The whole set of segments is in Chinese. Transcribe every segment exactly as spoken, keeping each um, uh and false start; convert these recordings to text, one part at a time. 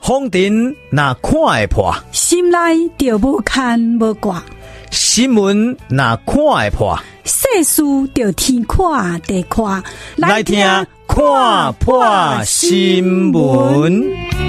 风尘若看会破， 心内就无牵无挂； 新闻若看会破， 世事就天看地看。 来听看破新闻。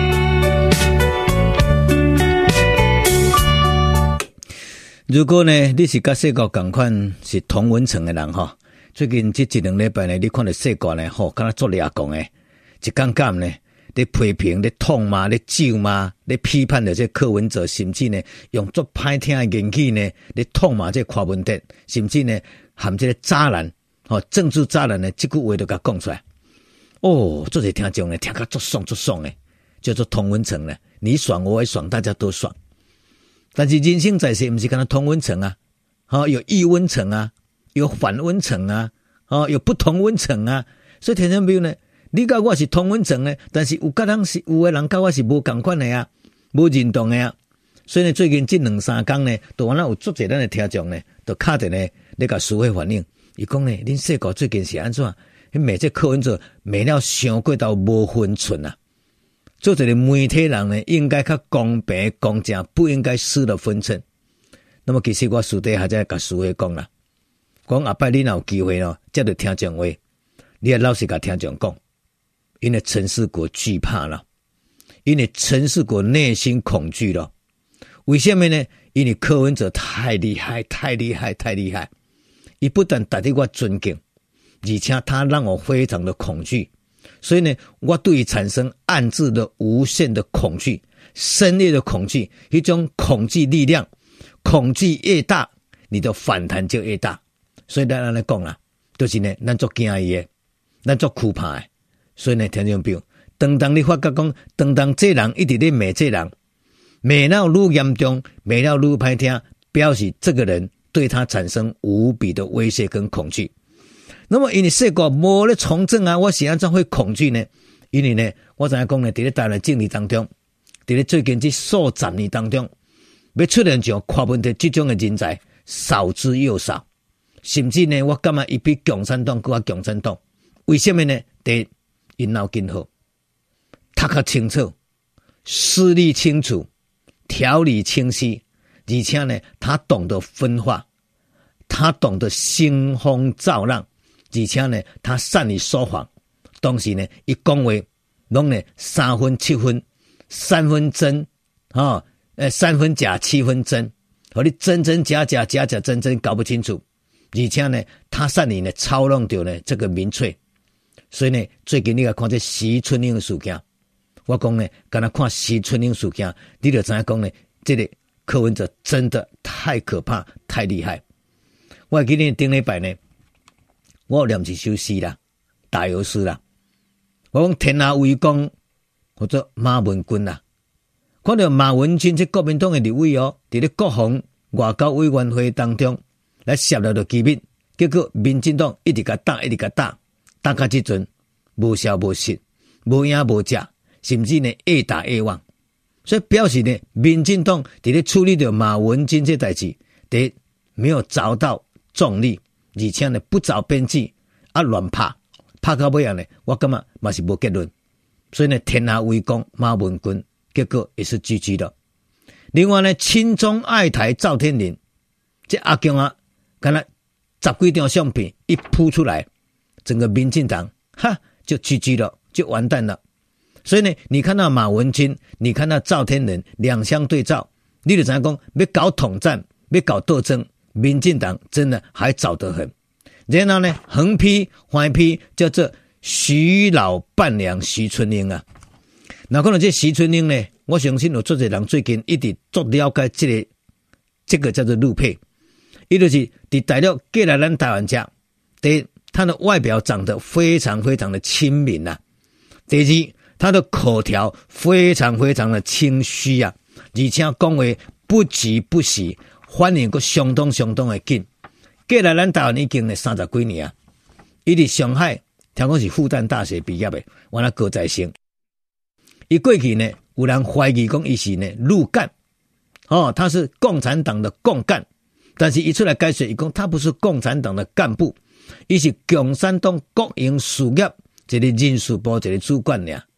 如果呢，你是甲世界同款是同温层的人吼，最近这一两礼拜呢，你看到世界呢，吼，敢若做俩讲诶，一感觉呢。咧批评、咧痛骂、咧咒骂、咧批判的这柯文哲，甚至呢用足歹听的言语呢，咧痛骂这柯文哲，甚至呢含这个渣男，哦，政治渣男呢，这句话都甲讲出来。哦，做者听众呢，听甲足爽足爽诶，叫做同温层呢，你爽我也爽，大家都爽。但是人生在世，不是跟他同温层啊，哦，有异温层啊，有反温层啊，哦，有不同温层啊，所以听众朋友呢。你甲我是同温层呢，但是有甲人是有的人甲我是无同款的啊，无认同的啊。所以呢，最近这两三天呢，都完了有足侪咱的听众呢，都敲电呢，咧甲社会反映，伊讲呢，恁世界最近是安怎？迄骂这柯文哲骂了伤过到无分寸啊！做一个媒体人呢，应该较公平公正，不应该失了分寸。那么其实我私底下才甲社会讲啦，讲下摆你若有机会咯，接着听讲话，你也老实甲听众讲。因为陈世国惧怕了，因为陈世国内心恐惧了。为什么呢？因为柯文哲太厉害，太厉害，太厉害。他不但达到我尊敬，而且他让我非常的恐惧。所以呢，我对他产生暗自的无限的恐惧，深烈的恐惧。一种恐惧力量，恐惧越大，你的反弹就越大。所以咱来讲啦，就是呢，咱做惊伊的，咱做惧怕的。所以呢，听众朋友，当当你发觉讲，当当这人一直在骂这人，骂到愈严重，骂到愈歹听，表示这个人对他产生无比的威胁跟恐惧。那么因为世界无咧从政啊，我是安怎会恐惧呢？因为呢，我知影讲呢，伫咧台湾政治当中，伫咧最近这数十年当中，要出现像柯文哲这种的人才少之又少，甚至呢，我感觉伊比共产党更加共产党。为什么呢？第一，因脑筋好，读较清楚，思虑清楚，条理清晰，而且呢，他懂得分化，他懂得兴风造浪，而且呢，他善于说谎。当时呢，一讲话，拢呢三分七分，三分真，啊、哦，呃，三分假，七分真，和你真真假假，假假真真搞不清楚，而且呢，他善于呢操弄掉呢这个民粹。所以呢，最近你来看这徐春英的事件，我讲呢，刚才看徐春英事件，你就知影讲呢，这个柯文哲真的太可怕、太厉害。我记得顶礼拜呢，我有念一首诗啦，打油诗啦。我讲天下为公，或者马文君啦，看到马文君这国民党的立委哦，伫咧国防外交委员会当中来涉入到机密，结果民进党一直甲打，一直甲打。打到这阵无消无息，无影无食，甚至呢越打越旺，所以表示呢，民进党伫咧处理着马文君这代志，第一没有找到重力，而且呢不着边际啊乱拍，拍到尾啊呢，我感觉嘛是无结论，所以呢天下为公马文君，结果也是 G G 的。另外呢，亲中爱台赵天麟，这阿强啊，敢若十几张相片一铺出来。整个民进党哈就 G G 了，就完蛋了。所以呢，你看到马文君，你看到赵天麟两相对照，你就知道讲要搞统战，要搞斗争，民进党真的还早得很。然后呢，横批坏批叫做徐老伴娘徐春英啊。那讲到这徐春英呢，我相信有做者人最近一直足了解这个这个叫做陆配，伊就是伫大陆过来咱台湾家，第一。他的外表长得非常非常的亲民啊，第二，他的口条非常非常的清晰啊，而且讲话不急不徐，反应个相当相当的紧。过来咱台湾已经呢三十几年啊，伊伫上海听讲是复旦大学毕业的，完了高材生。伊过去呢，有人怀疑讲伊是呢陆干，哦，他是共产党的共干，但是一出来解释，伊讲他不是共产党的干部。伊是共产党国营事业一个人事部一个主管尔，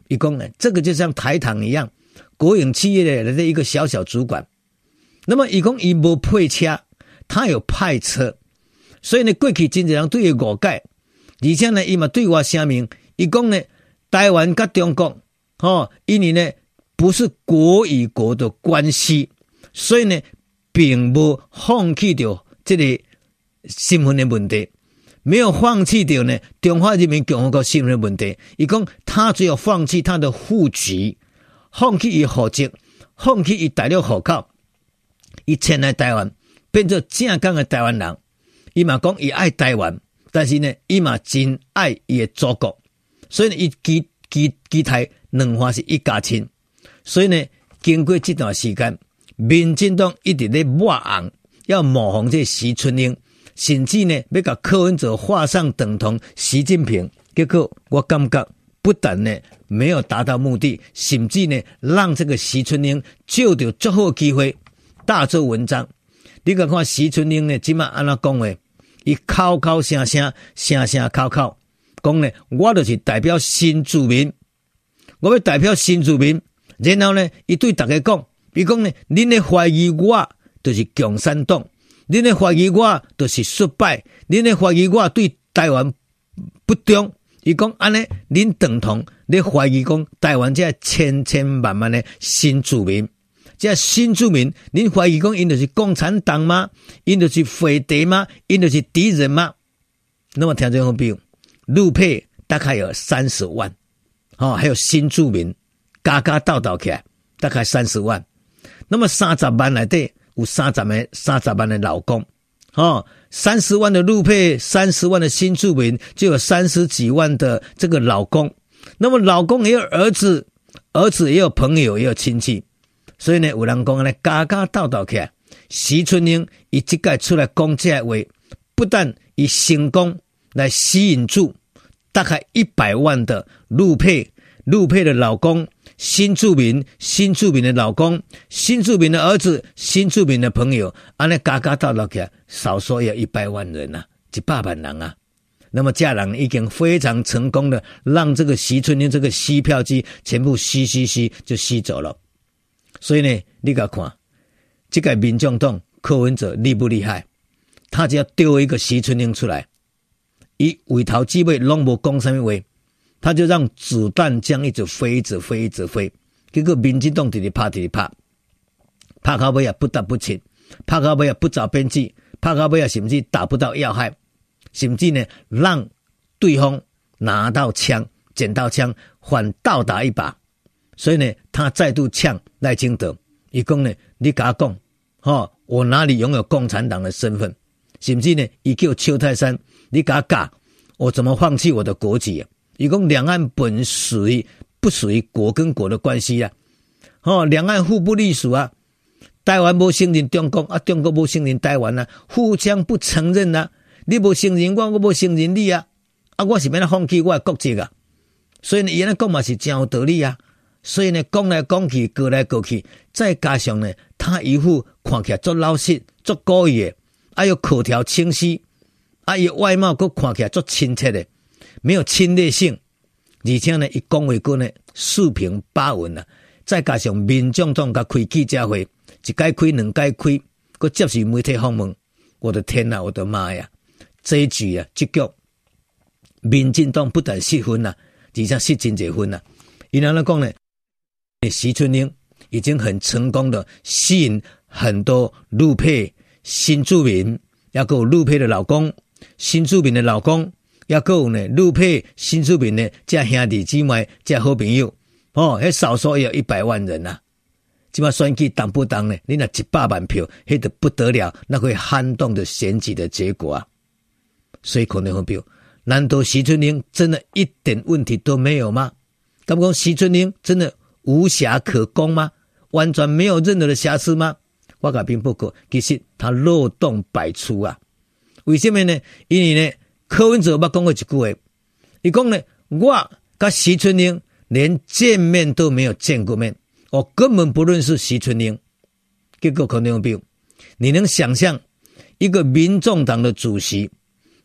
伊讲呢，这个就像台糖一样，国营企业的一个小小主管。那么伊讲伊无配车，他有派车，所以呢，过去真侪人对伊误解，而且呢，伊嘛对我声明，伊讲呢，台湾跟中国，哦，因为呢不是国与国的关系，所以呢，并无放弃掉这个身份的问题。没有放弃掉呢中华人民共和国身份的问题，伊讲他只有放弃他的户籍，放弃伊户籍，放弃伊大陆户口，伊迁来台湾，变做正港的台湾人。伊嘛讲伊爱台湾，但是呢，伊嘛真爱伊的祖国，所以呢，伊期期期待两方是一家亲。所以呢，经过这段时间，民进党一直在抹红，要抹红这徐春英。甚至呢，要把柯文哲画上等同习近平，结果我感觉不但呢没有达到目的，甚至呢让这个徐春英就到最好机会大做文章。你看看徐春英呢，今晚安怎讲话？伊口口声声、声声口口讲呢，我就是代表新住民，我要代表新住民。然后呢，伊对大家讲，伊讲呢，恁咧怀疑我就是共产党。恁咧怀疑我就是失败，恁咧怀疑我对台湾不忠。伊讲安尼，恁等同咧怀疑讲台湾这千千万万的新住民，这新住民，恁怀疑讲因就是共产党吗？因就是匪谍吗？因就是敌人吗？那么听众朋友，陆配大概有三十万，哦，还有新住民，加加倒倒起来大概三十万。那么三十万内底。有三十万三十万的劳工，哦，三十万的陆配，三十万的新住民，就有三十几万的这个劳工。那么劳工也有儿子，儿子也有朋友，也有亲戚。所以呢，有人讲呢，家家倒倒起来。徐春英伊这个出来讲这话，不但以成功来吸引住大概一百万的陆配，陆配的老公。新住民，新住民的老公，新住民的儿子，新住民的朋友，安尼加加倒倒起来，少说也有一百万人啊，一百万人啊。那么这人已经非常成功的让这个习春英这个吸票机全部吸吸吸就吸走了。所以呢，你给看，这个民众党柯文哲厉不厉害？他只要丢一个习春英出来，以尾头机尾拢无讲什么话。他就让子弹将一直飞，一直飞，一直飞。结果民进党直直拍，直直拍，拍到尾也不得不亲，拍到尾也不着边际，拍到尾也甚至打不到要害，甚至呢让对方拿到枪，捡到枪，反倒打一把。所以呢，他再度呛赖清德，伊讲呢，你甲我讲，哦，我哪里拥有共产党的身份？甚至呢，伊叫邱泰山，你甲我讲，我怎么放弃我的国籍啊？伊讲两岸本属于不属于国跟国的关系啊，哦，两岸互不隶属啊，台湾无承认中国啊，中国无承认台湾啊，互相不承认啊，你无承认我，我无承认你啊，啊，我是要来放弃我的国籍啊，所以呢，伊安尼讲嘛是真有道理啊，所以呢，讲来讲去，过来过去，再加上呢，他一副看起来足老实、足故意的，啊，又口条清晰，啊，伊外貌佫看起来足亲切的。没有侵略性，而且呢，伊讲话过呢四平八稳啊，再加上民众党甲开记者会，一改开两改开，佮接受媒体访问，我的天啊，我的妈呀！这一局啊，这局民进党不但失分啊，而且失真侪分啊。因安尼讲呢，徐春英已经很成功的吸引很多陆配新住民，也有陆配的老公，新住民的老公。也还有呢，陆配新住民呢，这兄弟姊妹，这好朋友，哦，迄少说也有一百万人啊。这么选举当不当呢？你那一百万票，迄就不得了，那会撼动的选举的结果啊。所以可能会表，难道徐春英真的一点问题都没有吗？敢讲徐春英真的无瑕可攻吗？完全没有任何的瑕疵吗？我甲并不过，其实他漏洞百出啊。为什么呢？因为呢。柯文哲捌讲过一句话，伊讲呢，我跟徐春英连见面都没有见过面，我根本不认识徐春英。结果可能有比，你能想象一个民众党的主席，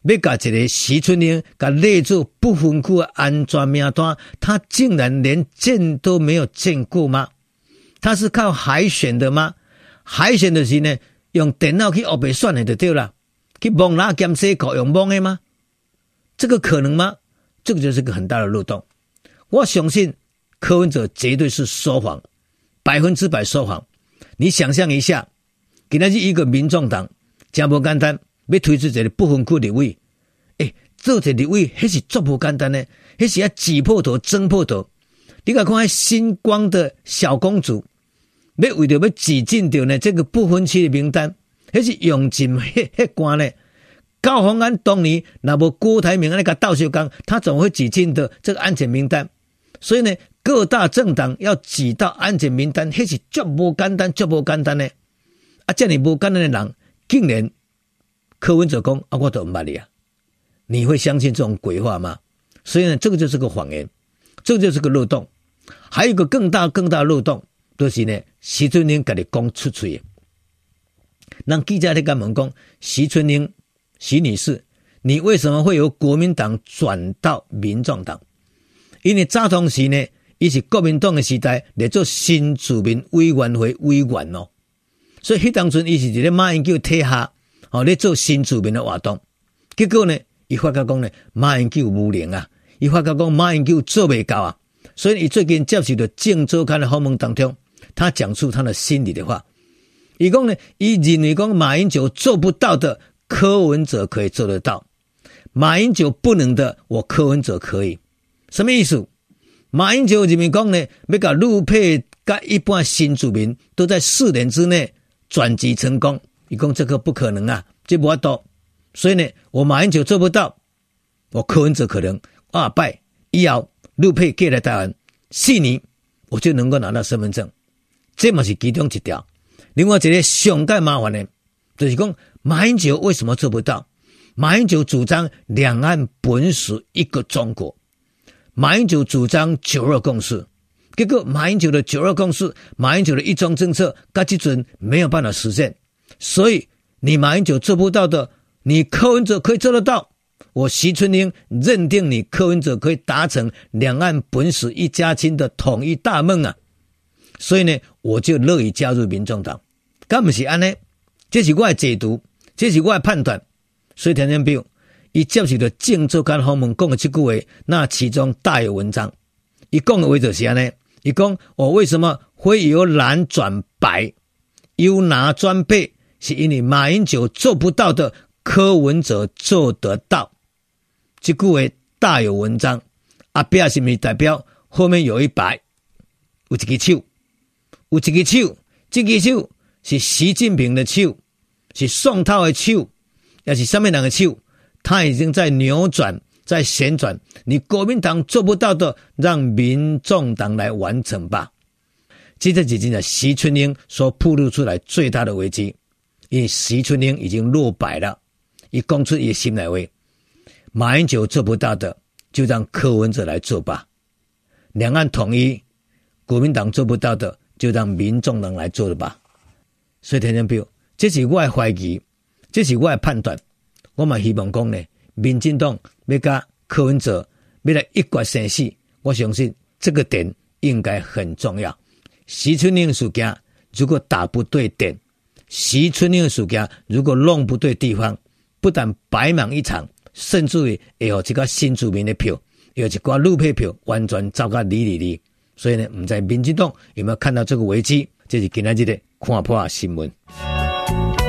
要把一个徐春英给列入不分区的安全名单，他竟然连见都没有见过吗？他是靠海选的吗？海选的是呢，用电脑去黑白选的就对了，去蒙拿检测口用蒙的吗？这个可能吗？这个就是个很大的漏洞。我相信柯文哲绝对是说谎，百分之百说谎。你想象一下，今天是一个民众党，真不简单，要推出一个不分区立委，诶，做一个立委，那是足不简单的，那是要挤破头、争破头。你看看星光的小公主，要为了要挤进到呢这个不分区的名单，那是用尽迄迄关呢。高虹安当年那么郭台铭那个倒修刚，他怎么会挤进的这个安全名单？所以呢，各大政党要挤到安全名单，那是足不简单、足不简单的。啊，这样不简单的人，竟然柯文哲讲啊，我都不捌你啊！你会相信这种鬼话吗？所以呢，这个就是个谎言，这个就是个漏洞。还有一个更大、更大的漏洞，就是呢，徐春英自己讲出嘴的。让记者在跟问讲，徐春英。徐女士，你为什么会由国民党转到民众党？因为早当时呢，伊是国民党的时代来做新住民委员会委员哦，所以迄当阵伊是伫咧马英九底下哦，咧做新住民的活动。结果呢，伊发觉讲呢，马英九无能啊，伊发觉讲马英九做未到啊，所以伊最近接受到《镜周刊》的访问当中，他讲出他的心里的话。伊讲呢，伊认为讲马英九做不到的。柯文哲可以做得到，马英九不能的，我柯文哲可以。什么意思？马英九认为讲呢，要把陆配跟一般新住民都在四年之内转籍成功，伊讲这个不可能啊，这不法度。所以呢，我马英九做不到，我柯文哲可能二拜以后陆配寄来台湾四年，我就能够拿到身份证，这嘛是其中一条。另外一个上盖麻烦的，就是讲。马英九为什么做不到？马英九主张两岸本属一个中国，马英九主张九二共识，结果马英九的九二共识，马英九的一中政策，到这阵没有办法实现。所以你马英九做不到的，你柯文哲可以做得到。我徐春英认定你柯文哲可以达成两岸本属一家亲的统一大梦啊！所以呢，我就乐意加入民众党。敢不是安呢？这是我的解读。这是我的判断，所以田中彪伊接受到《镜周刊》访问讲的这句话，那其中大有文章。伊讲的话就是安尼，伊讲我为什么会由蓝转白，由拿转背，是因为马英九做不到的，柯文哲做得到。这句话大有文章，阿边是不是代表后面有一白，有一只手，有一只手，这只手是习近平的手。是宋涛的手，也是上面两个手，他已经在扭转，在旋转。你国民党做不到的，让民众党来完成吧。这这几天的徐春英所暴露出来最大的危机，因为徐春英已经落败了，伊讲出伊心内话，马英九做不到的，就让柯文哲来做吧。两岸统一，国民党做不到的，就让民众党来做了吧。所以田中彪。这是我的怀疑，这是我的判断。我嘛希望讲呢，民进党要甲柯文哲要来一决生死，我相信这个点应该很重要。徐春英事件如果打不对点，徐春英事件如果弄不对地方，不但白忙一场，甚至于会有这个新住民的票，有一寡陆配票完全走到里里里。所以呢，不知道民进党有没有看到这个危机？这是今天的看破新闻。